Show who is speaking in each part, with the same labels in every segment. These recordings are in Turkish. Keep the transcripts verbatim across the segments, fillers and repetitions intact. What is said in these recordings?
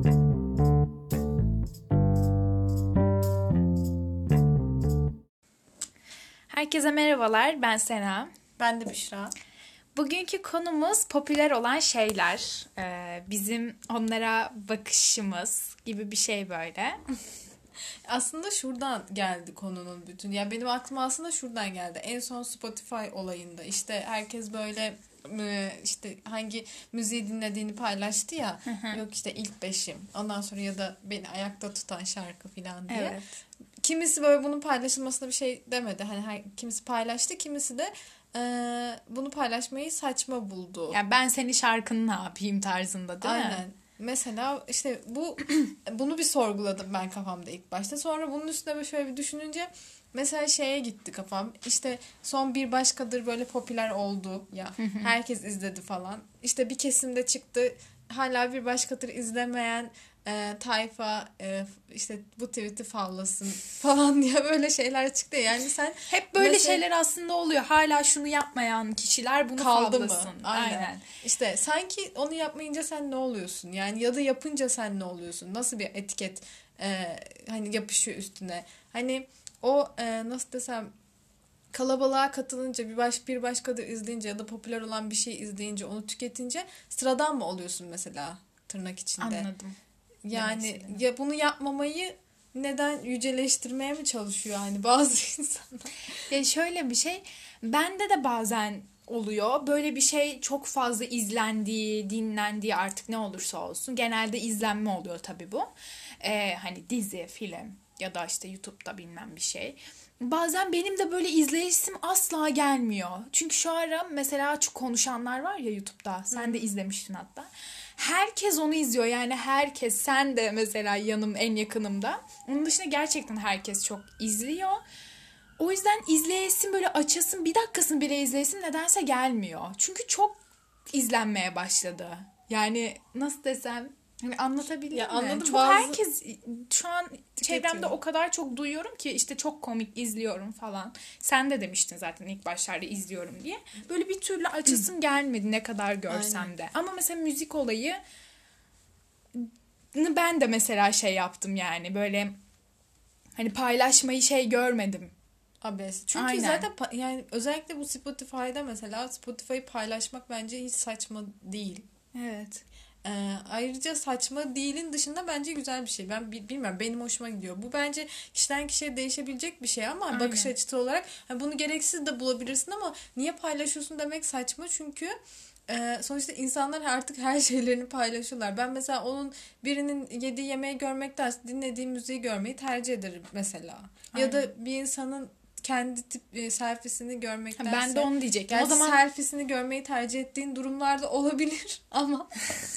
Speaker 1: Herkese merhabalar, ben Sena.
Speaker 2: Ben de Büşra.
Speaker 1: Bugünkü konumuz popüler olan şeyler. Ee, bizim onlara bakışımız gibi bir şey böyle.
Speaker 2: Aslında şuradan geldi konunun bütün. Ya benim aklıma aslında şuradan geldi. En son Spotify olayında işte herkes böyle işte hangi müziği dinlediğini paylaştı ya. Yok işte ilk beşim. Ondan sonra ya da beni ayakta tutan şarkı falan diye. Evet. Kimisi böyle bunun paylaşılmasına bir şey demedi. Hani her, kimisi paylaştı, kimisi de e, bunu paylaşmayı saçma buldu.
Speaker 1: Yani ben senin şarkını ne yapayım tarzında değil
Speaker 2: Aynen.
Speaker 1: mi?
Speaker 2: Aynen. Mesela işte bu bunu bir sorguladım ben kafamda ilk başta. Sonra bunun üstüne böyle şöyle bir düşününce mesela şeye gitti kafam. İşte son bir başkadır böyle popüler oldu ya. Herkes izledi falan. İşte bir kesimde çıktı. Hala bir başkadır izlemeyen e, tayfa e, işte bu tweet'i favlasın falan diye böyle şeyler çıktı. Yani sen
Speaker 1: hep böyle mesela, şeyler aslında oluyor. Hala şunu yapmayan kişiler bunu
Speaker 2: kaldı
Speaker 1: favlasın.
Speaker 2: Mı? Aynen. Aynen. İşte sanki onu yapmayınca sen ne oluyorsun? Yani ya da yapınca sen ne oluyorsun? Nasıl bir etiket e, hani yapışıyor üstüne? Hani o e, nasıl desem kalabalığa katılınca bir baş bir başkadır izleyince ya da popüler olan bir şey izleyince onu tüketince sıradan mı oluyorsun mesela tırnak içinde?
Speaker 1: Anladım.
Speaker 2: Yani ya bunu yapmamayı neden yüceleştirmeye mi çalışıyor yani bazı insanlar?
Speaker 1: Ya şöyle bir şey, bende de bazen oluyor. Böyle bir şey çok fazla izlendiği, dinlendiği artık ne olursa olsun. Genelde izlenme oluyor tabii bu. Ee, hani dizi, film ya da işte YouTube'da bilmem bir şey. Bazen benim de böyle izleyesim asla gelmiyor. Çünkü şu ara mesela çok konuşanlar var ya YouTube'da. Sen hmm. de izlemiştin hatta. Herkes onu izliyor. Yani herkes, sen de mesela yanım en yakınımda. Onun dışında gerçekten herkes çok izliyor. O yüzden izleyesim böyle açasın bir dakikasını bile izleyesim nedense gelmiyor. Çünkü çok izlenmeye başladı. Yani nasıl desem hani anlatabildim ya mi? Anladım, çok bazı... herkes şu an tüketiyor. Çevremde o kadar çok duyuyorum ki işte çok komik izliyorum falan. Sen de demiştin zaten ilk başlarda izliyorum diye. Böyle bir türlü açasım gelmedi ne kadar görsem Aynen. de. Ama mesela müzik olayı ben de mesela şey yaptım yani böyle hani paylaşmayı şey görmedim.
Speaker 2: Abes. Çünkü Aynen. zaten pa- yani özellikle bu Spotify'da mesela Spotify'ı paylaşmak bence hiç saçma değil.
Speaker 1: Evet.
Speaker 2: Ee, ayrıca saçma değilin dışında bence güzel bir şey. Ben bilmiyorum, benim hoşuma gidiyor. Bu bence kişiden kişiye değişebilecek bir şey ama Aynen. bakış açısı olarak yani bunu gereksiz de bulabilirsin ama niye paylaşıyorsun demek saçma çünkü Ee, sonuçta insanlar artık her şeylerini paylaşıyorlar. Ben mesela onun birinin yediği yemeği görmekten dinlediği müziği görmeyi tercih ederim mesela. Aynen. Ya da bir insanın kendi tip e, selfiesini görmektense
Speaker 1: ben de onu diyecektim.
Speaker 2: O zaman selfiesini görmeyi tercih ettiğin durumlarda olabilir ama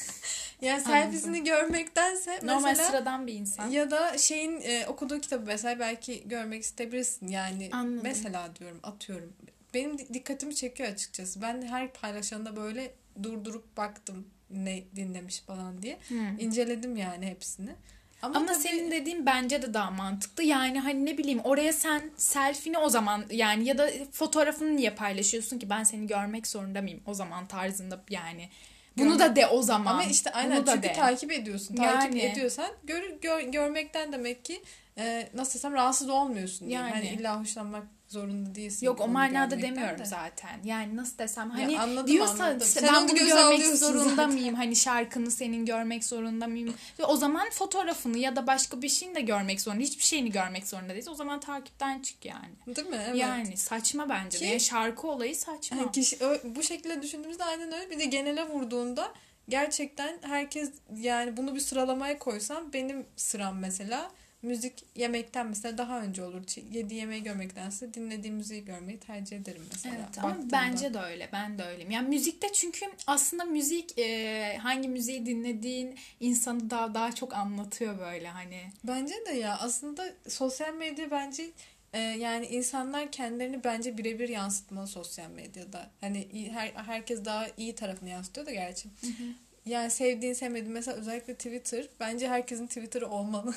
Speaker 2: yani selfiesini görmektense
Speaker 1: normal
Speaker 2: mesela,
Speaker 1: sıradan bir insan
Speaker 2: ya da şeyin e, okuduğu kitabı mesela belki görmek isteyebilirsin. Yani Anladım. Mesela diyorum atıyorum. Benim dikkatimi çekiyor açıkçası. Ben de her paylaşanda böyle durdurup baktım ne dinlemiş falan diye. Hmm. İnceledim yani hepsini.
Speaker 1: Ama, Ama tabii... senin dediğin bence de daha mantıklı. Yani hani ne bileyim oraya sen selfie'ni o zaman yani ya da fotoğrafını niye paylaşıyorsun ki ben seni görmek zorunda mıyım o zaman tarzında yani. Bunu Görmek... da de o zaman.
Speaker 2: Ama işte aynen çünkü de. takip ediyorsun. Takip yani. ediyorsan gör, gör, görmekten demek ki e, nasıl desem rahatsız olmuyorsun. Yani. Hani illa hoşlanmak zorunda değilsin.
Speaker 1: Yok o manada demiyorum de. zaten. Yani nasıl desem hani
Speaker 2: ya anladım,
Speaker 1: diyorsa
Speaker 2: anladım.
Speaker 1: ben bunu görmek zorunda zaten. mıyım? Hani şarkını senin görmek zorunda mıyım? Ve o zaman fotoğrafını ya da başka bir şeyini de görmek zorunda. Hiçbir şeyini görmek zorunda değilsin. O zaman takipten çık yani.
Speaker 2: Değil mi? Evet.
Speaker 1: Yani saçma bence. Ki, yani şarkı olayı saçma.
Speaker 2: Yani kişi, bu şekilde düşündüğümüzde aynen öyle. Bir de genele vurduğunda gerçekten herkes yani bunu bir sıralamaya koysam benim sıram mesela müzik yemekten mesela daha önce olur. Yediği yemeği görmektense dinlediğim müziği görmeyi tercih ederim mesela.
Speaker 1: Evet ama baktığımda. Bence de öyle. Ben de öyleyim. Yani müzikte çünkü aslında müzik e, hangi müziği dinlediğin insanı daha daha çok anlatıyor böyle hani.
Speaker 2: Bence de ya aslında sosyal medya bence e, yani insanlar kendilerini bence birebir yansıtmalı sosyal medyada. Hani her herkes daha iyi tarafını yansıtıyor da gerçi. Hı hı. Yani sevdiğin sevmediğin mesela özellikle Twitter. Bence herkesin Twitter'ı olmalı.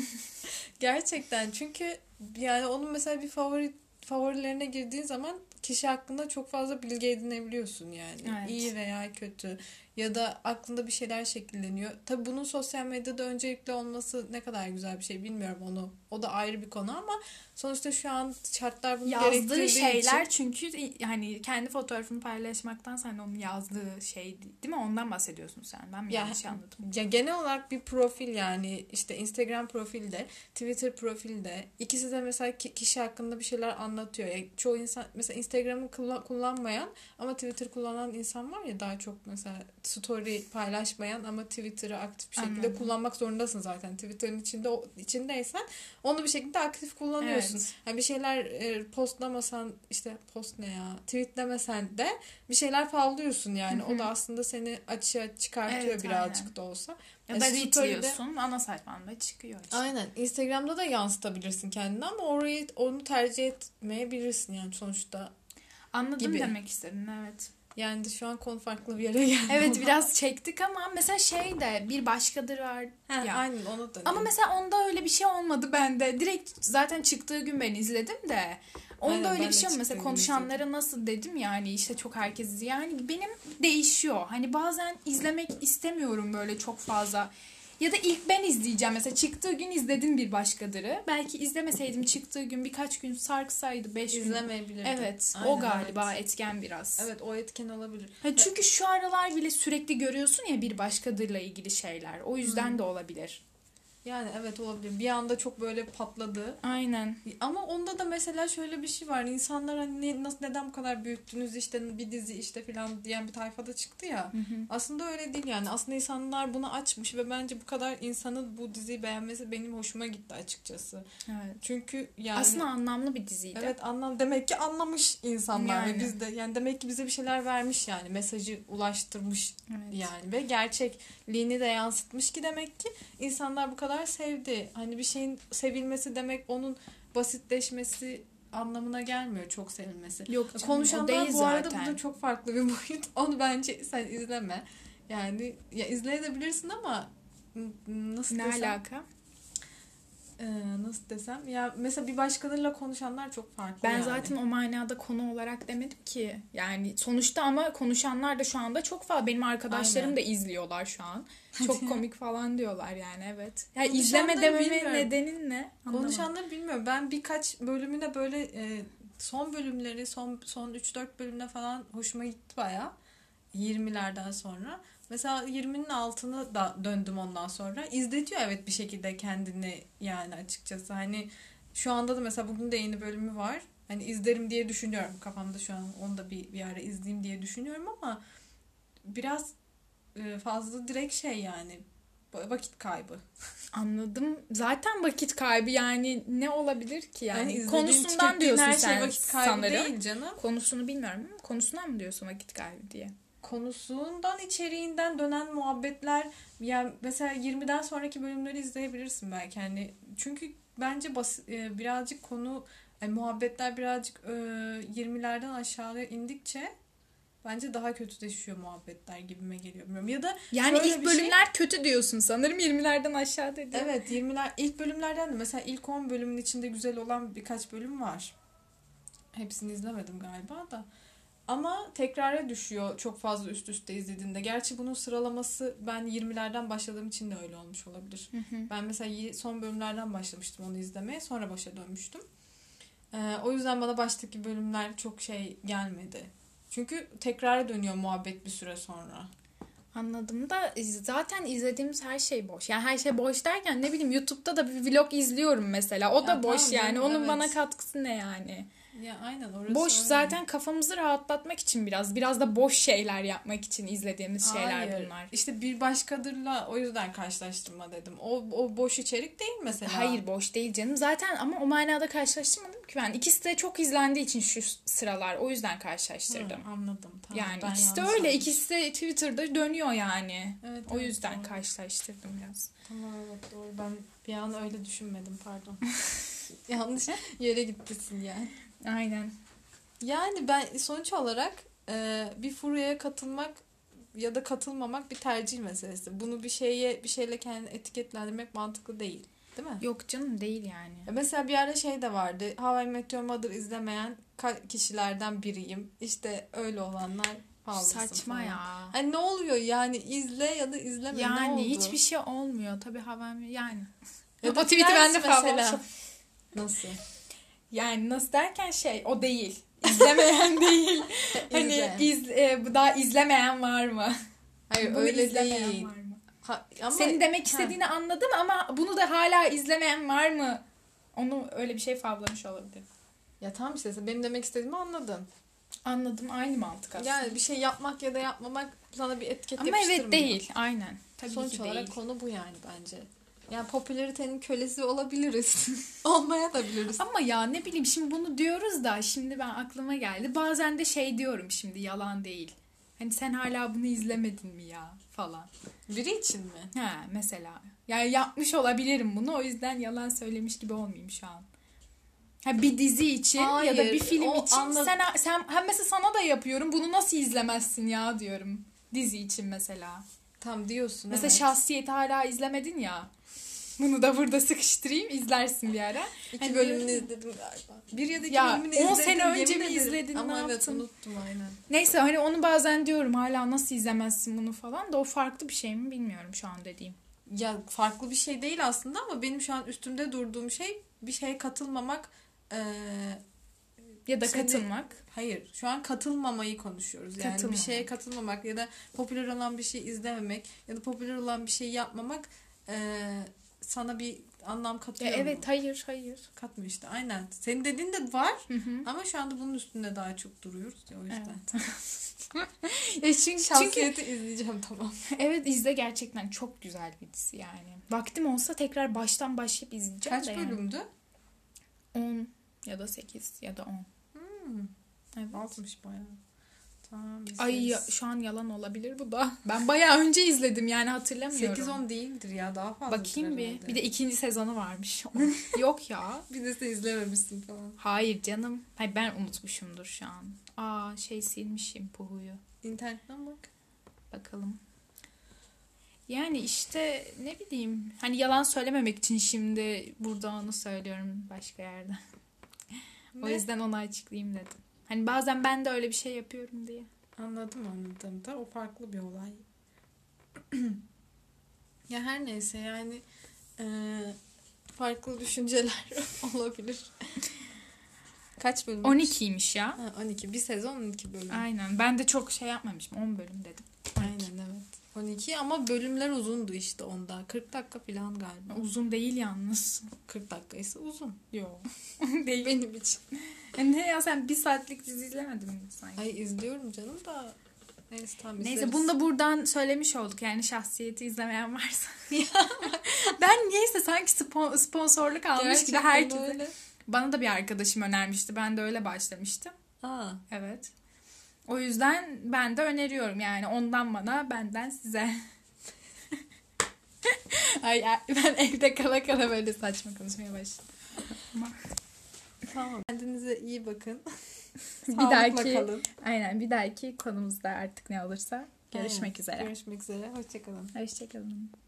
Speaker 2: Gerçekten çünkü yani onun mesela bir favori favorilerine girdiğin zaman kişi hakkında çok fazla bilgi edinebiliyorsun yani. Evet. İyi veya kötü. ya da aklında bir şeyler şekilleniyor. Tabii bunun sosyal medyada öncelikli olması ne kadar güzel bir şey bilmiyorum onu. O da ayrı bir konu ama sonuçta şu an şartlar bunu
Speaker 1: Yazdığı
Speaker 2: gerektirdiği
Speaker 1: şeyler
Speaker 2: için.
Speaker 1: çünkü yani kendi fotoğrafını paylaşmaktan sen onun yazdığı şey değil mi? Ondan bahsediyorsun sen. Ben mi
Speaker 2: Ya,
Speaker 1: yanlış anladım?
Speaker 2: ya genel olarak bir profil yani işte Instagram profilde, Twitter profilde ikisi de mesela ki- kişi hakkında bir şeyler anlatıyor. Yani çoğu insan mesela Instagram'ı kullan- kullanmayan ama Twitter kullanan insan var ya daha çok mesela story paylaşmayan ama Twitter'ı aktif bir şekilde
Speaker 1: Anladım.
Speaker 2: kullanmak zorundasın zaten. Twitter'ın içinde o- içindeysen onu bir şekilde aktif kullanıyorsun.
Speaker 1: Evet.
Speaker 2: Yani bir şeyler e, postlamasan işte post ne ya tweetlemesen de bir şeyler pavlıyorsun yani.
Speaker 1: Hı hı.
Speaker 2: O da aslında seni açığa çıkartıyor
Speaker 1: Evet,
Speaker 2: birazcık
Speaker 1: aynen.
Speaker 2: da olsa.
Speaker 1: Ya
Speaker 2: E,
Speaker 1: da
Speaker 2: story'de-
Speaker 1: retweetliyorsun. Ana sayfanda çıkıyor işte.
Speaker 2: Aynen. Instagram'da da yansıtabilirsin kendini ama orayı onu tercih etmeyebilirsin yani sonuçta.
Speaker 1: Anladım
Speaker 2: Gibi.
Speaker 1: demek istedin, evet.
Speaker 2: Yani de şu an konu farklı bir yere geldi.
Speaker 1: Evet, biraz çektik ama mesela şey de bir başkadır var
Speaker 2: Ha,
Speaker 1: ya.
Speaker 2: aynen ona da.
Speaker 1: Ama mesela onda öyle bir şey olmadı bende. Direkt zaten çıktığı gün ben izledim de. Onda
Speaker 2: Aynen,
Speaker 1: öyle
Speaker 2: ben
Speaker 1: bir
Speaker 2: de
Speaker 1: şey olmadı.
Speaker 2: çıktığı
Speaker 1: Mesela
Speaker 2: gün
Speaker 1: konuşanlara nasıl dedim yani işte çok herkes yani benim değişiyor. Hani bazen izlemek istemiyorum böyle çok fazla. Ya da ilk ben izleyeceğim. Mesela çıktığı gün izledim bir başkadırı. Belki izlemeseydim çıktığı gün birkaç gün sarksaydı beş gün.
Speaker 2: İzlemeyebilirdim.
Speaker 1: Evet,
Speaker 2: Aynen,
Speaker 1: o galiba
Speaker 2: evet.
Speaker 1: etken biraz.
Speaker 2: Evet, o etken olabilir.
Speaker 1: Ha, çünkü şu aralar bile sürekli görüyorsun ya bir başkadırla ilgili şeyler. O yüzden
Speaker 2: Hmm.
Speaker 1: de olabilir.
Speaker 2: Yani evet olabilir. Bir anda çok böyle patladı.
Speaker 1: Aynen.
Speaker 2: Ama onda da mesela şöyle bir şey var. İnsanlar hani ne, nasıl neden bu kadar büyüttünüz işte bir dizi işte falan diyen bir tayfada çıktı ya.
Speaker 1: Hı hı.
Speaker 2: Aslında öyle değil yani. Aslında insanlar bunu açmış ve bence bu kadar insanın bu diziyi beğenmesi benim hoşuma gitti açıkçası.
Speaker 1: Evet.
Speaker 2: Çünkü yani
Speaker 1: Aslında anlamlı bir diziydi.
Speaker 2: evet anlam demek ki anlamış insanlar ve
Speaker 1: Yani.
Speaker 2: biz de yani demek ki bize bir şeyler vermiş yani mesajı ulaştırmış
Speaker 1: Evet.
Speaker 2: yani ve gerçekliğini de yansıtmış ki demek ki insanlar bu kadar sevdi. Hani bir şeyin sevilmesi demek onun basitleşmesi anlamına gelmiyor çok sevilmesi.
Speaker 1: Yok canım, o
Speaker 2: Konuşanlar
Speaker 1: değil
Speaker 2: bu arada
Speaker 1: zaten.
Speaker 2: bu da çok farklı bir boyut. Onu bence sen izleme. Yani ya izleyebilirsin ama n- nasıl
Speaker 1: Ne
Speaker 2: desem?
Speaker 1: alaka?
Speaker 2: Ee, nasıl desem? Ya mesela bir başkalarıyla konuşanlar çok farklı
Speaker 1: Ben
Speaker 2: yani.
Speaker 1: zaten o manada konu olarak demedim ki. Yani sonuçta ama konuşanlar da şu anda çok fazla. Benim arkadaşlarım
Speaker 2: Aynen.
Speaker 1: da izliyorlar şu an. Çok komik falan diyorlar yani, evet. Ya
Speaker 2: Konuşanları
Speaker 1: izleme dememin
Speaker 2: bilmiyorum.
Speaker 1: nedenin ne? Anlamadım.
Speaker 2: Konuşanları bilmiyorum. Ben birkaç bölümüne böyle e, son bölümleri son son üç dört bölümüne falan hoşuma gitti bayağı. yirmilerden sonra. Mesela yirminin altını da döndüm ondan sonra. İzletiyor evet bir şekilde kendini yani açıkçası. Hani şu anda da mesela bugün de yeni bölümü var. Hani izlerim diye düşünüyorum. Kafamda şu an onu da bir, bir ara izleyeyim diye düşünüyorum ama biraz e, fazla direkt şey yani vakit kaybı.
Speaker 1: Anladım. Zaten vakit kaybı yani ne olabilir ki yani?
Speaker 2: Yani izlediğin,
Speaker 1: Konusundan
Speaker 2: tükettiğin
Speaker 1: diyorsun
Speaker 2: her şey
Speaker 1: sen
Speaker 2: vakit kaybı
Speaker 1: sanırım.
Speaker 2: değil canım.
Speaker 1: Konusunu bilmiyorum ama konusundan mı diyorsun vakit kaybı diye?
Speaker 2: Konusundan, içeriğinden dönen muhabbetler yani mesela yirmiden sonraki bölümleri izleyebilirsin belki hani çünkü bence basit, birazcık konu yani muhabbetler birazcık e, yirmilerden aşağıya indikçe bence daha kötüleşiyor muhabbetler gibime geliyor. Bilmiyorum. Ya da
Speaker 1: Yani
Speaker 2: şöyle
Speaker 1: ilk
Speaker 2: bir
Speaker 1: bölümler
Speaker 2: şey,
Speaker 1: kötü diyorsun sanırım yirmilerden aşağı dedi.
Speaker 2: evet yirmiler ilk bölümlerden de mesela ilk on bölümün içinde güzel olan birkaç bölüm var. Hepsini izlemedim galiba da. Ama tekrara düşüyor çok fazla üst üste izlediğinde. Gerçi bunun sıralaması ben yirmilerden başladığım için de öyle olmuş olabilir.
Speaker 1: Hı hı.
Speaker 2: Ben mesela son bölümlerden başlamıştım onu izlemeye. Sonra başa dönmüştüm. Ee, o yüzden bana baştaki bölümler çok şey gelmedi. Çünkü tekrara dönüyor muhabbet bir süre sonra.
Speaker 1: Anladım da zaten izlediğimiz her şey boş. Yani her şey boş derken ne bileyim YouTube'da da bir vlog izliyorum mesela. O da
Speaker 2: Ya
Speaker 1: boş
Speaker 2: tamam
Speaker 1: yani.
Speaker 2: canım,
Speaker 1: Onun
Speaker 2: evet.
Speaker 1: bana katkısı ne yani?
Speaker 2: Ya aynen orası
Speaker 1: Boş
Speaker 2: öyle.
Speaker 1: zaten kafamızı rahatlatmak için biraz. Biraz da boş şeyler yapmak için izlediğimiz şeyler
Speaker 2: Hayır.
Speaker 1: bunlar.
Speaker 2: İşte bir başkadırla o yüzden karşılaştırma dedim. O, o boş içerik değil mesela.
Speaker 1: Hayır, boş değil canım. Zaten ama o manada karşılaştırmadım ki ben. İkisi de çok izlendiği için şu sıralar. O yüzden karşılaştırdım.
Speaker 2: Hı, anladım. Tamam,
Speaker 1: Yani
Speaker 2: ben
Speaker 1: ikisi de
Speaker 2: yanlış
Speaker 1: öyle.
Speaker 2: anladım.
Speaker 1: İkisi de Twitter'da dönüyor yani.
Speaker 2: Evet,
Speaker 1: O
Speaker 2: evet,
Speaker 1: yüzden
Speaker 2: doğru.
Speaker 1: karşılaştırdım biraz.
Speaker 2: Tamam evet doğru. Ben bir an öyle düşünmedim pardon. Yanlış yere gittin yani.
Speaker 1: Aynen.
Speaker 2: Yani ben sonuç olarak e, bir furyaya katılmak ya da katılmamak bir tercih meselesi. Bunu bir şeye bir şeyle kendini etiketlendirmek mantıklı değil. Değil mi?
Speaker 1: Yok canım, değil yani.
Speaker 2: Ya mesela bir ara şey de vardı. How I Met Your Mother izlemeyen ka- kişilerden biriyim. İşte öyle olanlar fazlasın
Speaker 1: Saçma
Speaker 2: falan.
Speaker 1: ya.
Speaker 2: Hani ne oluyor yani, izle ya da izleme,
Speaker 1: Yani
Speaker 2: ne oldu?
Speaker 1: hiçbir şey olmuyor. Tabii haber yani.
Speaker 2: Ya da
Speaker 1: o tweet'i ben de
Speaker 2: mesela.
Speaker 1: favlamışım.
Speaker 2: Nasıl?
Speaker 1: Yani nasıl derken şey o değil. İzlemeyen değil. Hani iz, e, bu daha izlemeyen var mı?
Speaker 2: Hayır
Speaker 1: Bunu
Speaker 2: öyle
Speaker 1: izlemeyen
Speaker 2: değil.
Speaker 1: var mı?
Speaker 2: Ha, ama,
Speaker 1: Senin demek
Speaker 2: ha.
Speaker 1: istediğini anladım ama bunu da hala izlemeyen var mı? Onu öyle bir şey favlamış olabilir.
Speaker 2: Ya tamam işte, benim demek istediğimi anladın.
Speaker 1: Anladım, aynı mantık aslında.
Speaker 2: Yani bir şey yapmak ya da yapmamak sana bir etiket
Speaker 1: ama
Speaker 2: yapıştırmıyor.
Speaker 1: evet değil, aynen. Tabii
Speaker 2: Sonuç
Speaker 1: ki
Speaker 2: olarak
Speaker 1: değil.
Speaker 2: konu bu yani bence. Yani popülaritenin kölesi olabiliriz. Olmaya da biliriz.
Speaker 1: Ama ya ne bileyim, şimdi bunu diyoruz da şimdi ben aklıma geldi. Bazen de şey diyorum, şimdi yalan değil. Hani sen hala bunu izlemedin mi ya falan.
Speaker 2: Biri için mi?
Speaker 1: Ha mesela. Yani yapmış olabilirim bunu, o yüzden yalan söylemiş gibi olmayayım şu an. Ha bir dizi için
Speaker 2: Hayır,
Speaker 1: ya da bir film
Speaker 2: o
Speaker 1: için
Speaker 2: anla-
Speaker 1: sen sen hem mesela sana da yapıyorum. Bunu nasıl izlemezsin ya diyorum. Dizi için mesela.
Speaker 2: Tam diyorsun.
Speaker 1: Mesela
Speaker 2: evet.
Speaker 1: Şahsiyet'i hala izlemedin ya. Bunu da burada sıkıştırayım, izlersin bir ara.
Speaker 2: İki
Speaker 1: Hani
Speaker 2: bölümünü
Speaker 1: diyorum-
Speaker 2: izledim galiba. Bir ya da iki
Speaker 1: Ya,
Speaker 2: bölümünü
Speaker 1: on
Speaker 2: izledim.
Speaker 1: sene önce
Speaker 2: yemin
Speaker 1: mi
Speaker 2: ederim.
Speaker 1: izledin,
Speaker 2: Ama
Speaker 1: ne
Speaker 2: evet
Speaker 1: yaptın?
Speaker 2: unuttum aynen.
Speaker 1: Neyse hani onu bazen diyorum, hala nasıl izlemezsin bunu falan da, o farklı bir şey mi bilmiyorum şu an dediğim.
Speaker 2: Ya farklı bir şey değil aslında ama benim şu an üstümde durduğum şey bir şeye katılmamak. Ee,
Speaker 1: Ya da
Speaker 2: seni-
Speaker 1: katılmak.
Speaker 2: Hayır, şu an katılmamayı konuşuyoruz. Yani
Speaker 1: Katılmamak.
Speaker 2: bir şeye katılmamak ya da popüler olan bir şey izlememek ya da popüler olan bir şey yapmamak ee, sana bir anlam
Speaker 1: Ya
Speaker 2: katıyor mu?
Speaker 1: evet, hayır hayır.
Speaker 2: Katmıyor işte, aynen. Senin dediğin de var
Speaker 1: Hı hı.
Speaker 2: ama şu anda bunun üstünde daha çok duruyoruz ya, o yüzden.
Speaker 1: Evet. ya çünkü, çünkü
Speaker 2: Şahsiyeti izleyeceğim tamam.
Speaker 1: evet, izle, gerçekten çok güzel bir dizi yani. Vaktim olsa tekrar baştan başlayıp izleyeceğim
Speaker 2: Kaç
Speaker 1: de yani.
Speaker 2: bölümdü?
Speaker 1: on ya da sekiz ya da on.
Speaker 2: Hmm,
Speaker 1: Evet.
Speaker 2: altmış bayağı. Tamam.
Speaker 1: Ay ya, şu an yalan olabilir bu da. Ben bayağı önce izledim yani, hatırlamıyorum.
Speaker 2: sekiz on değildir ya, daha fazla.
Speaker 1: Bakayım bir. Bir de ikinci sezonu varmış. Yok ya.
Speaker 2: Bir de sen izlememişsin falan.
Speaker 1: Hayır canım. Hayır, ben unutmuşumdur şu an. Aa şey silmişim Puhu'yu.
Speaker 2: İnternetten bak.
Speaker 1: Bakalım. Yani işte ne bileyim. Hani yalan söylememek için şimdi burada onu söylüyorum başka yerde. O
Speaker 2: Ne?
Speaker 1: yüzden onu açıklayayım dedim. Hani bazen ben de öyle bir şey yapıyorum diye.
Speaker 2: Anladım anladım da, o farklı bir olay. Ya her neyse yani e, farklı düşünceler olabilir. Kaç bölüm?
Speaker 1: on ikiymiş ya.
Speaker 2: Ha, on iki. Bir sezon on iki bölüm.
Speaker 1: Aynen. Ben de çok şey yapmamışım. on bölüm dedim.
Speaker 2: Aynen evet. on iki ama bölümler uzundu işte onda. kırk dakika falan galiba.
Speaker 1: Uzun değil yalnız.
Speaker 2: kırk dakika ise uzun.
Speaker 1: Yok. değil.
Speaker 2: Benim için.
Speaker 1: E ne ya, sen bir saatlik dizi izlemedin mi sanki?
Speaker 2: Ay izliyorum canım da. Neyse tamam
Speaker 1: Neyse,
Speaker 2: izleriz.
Speaker 1: bunu da buradan söylemiş olduk. Yani Şahsiyet'i izlemeyen varsa. Ben niyeyse sanki spon- sponsorluk almış gibi
Speaker 2: Gerçekten
Speaker 1: herkese.
Speaker 2: öyle.
Speaker 1: Bana da bir arkadaşım önermişti. Ben de öyle başlamıştım.
Speaker 2: Aa.
Speaker 1: Evet. O yüzden ben de öneriyorum. Yani ondan bana, benden size. Ay, ben evde kala kala böyle saçma konuşmaya başladım.
Speaker 2: Tamam. Kendinize iyi bakın.
Speaker 1: Bir
Speaker 2: Sağlıkla
Speaker 1: dahaki,
Speaker 2: kalın.
Speaker 1: aynen bir dahaki konumuzda artık ne olursa görüşmek
Speaker 2: Aynen.
Speaker 1: üzere.
Speaker 2: Görüşmek üzere. Hoşçakalın.
Speaker 1: Hoşçakalın.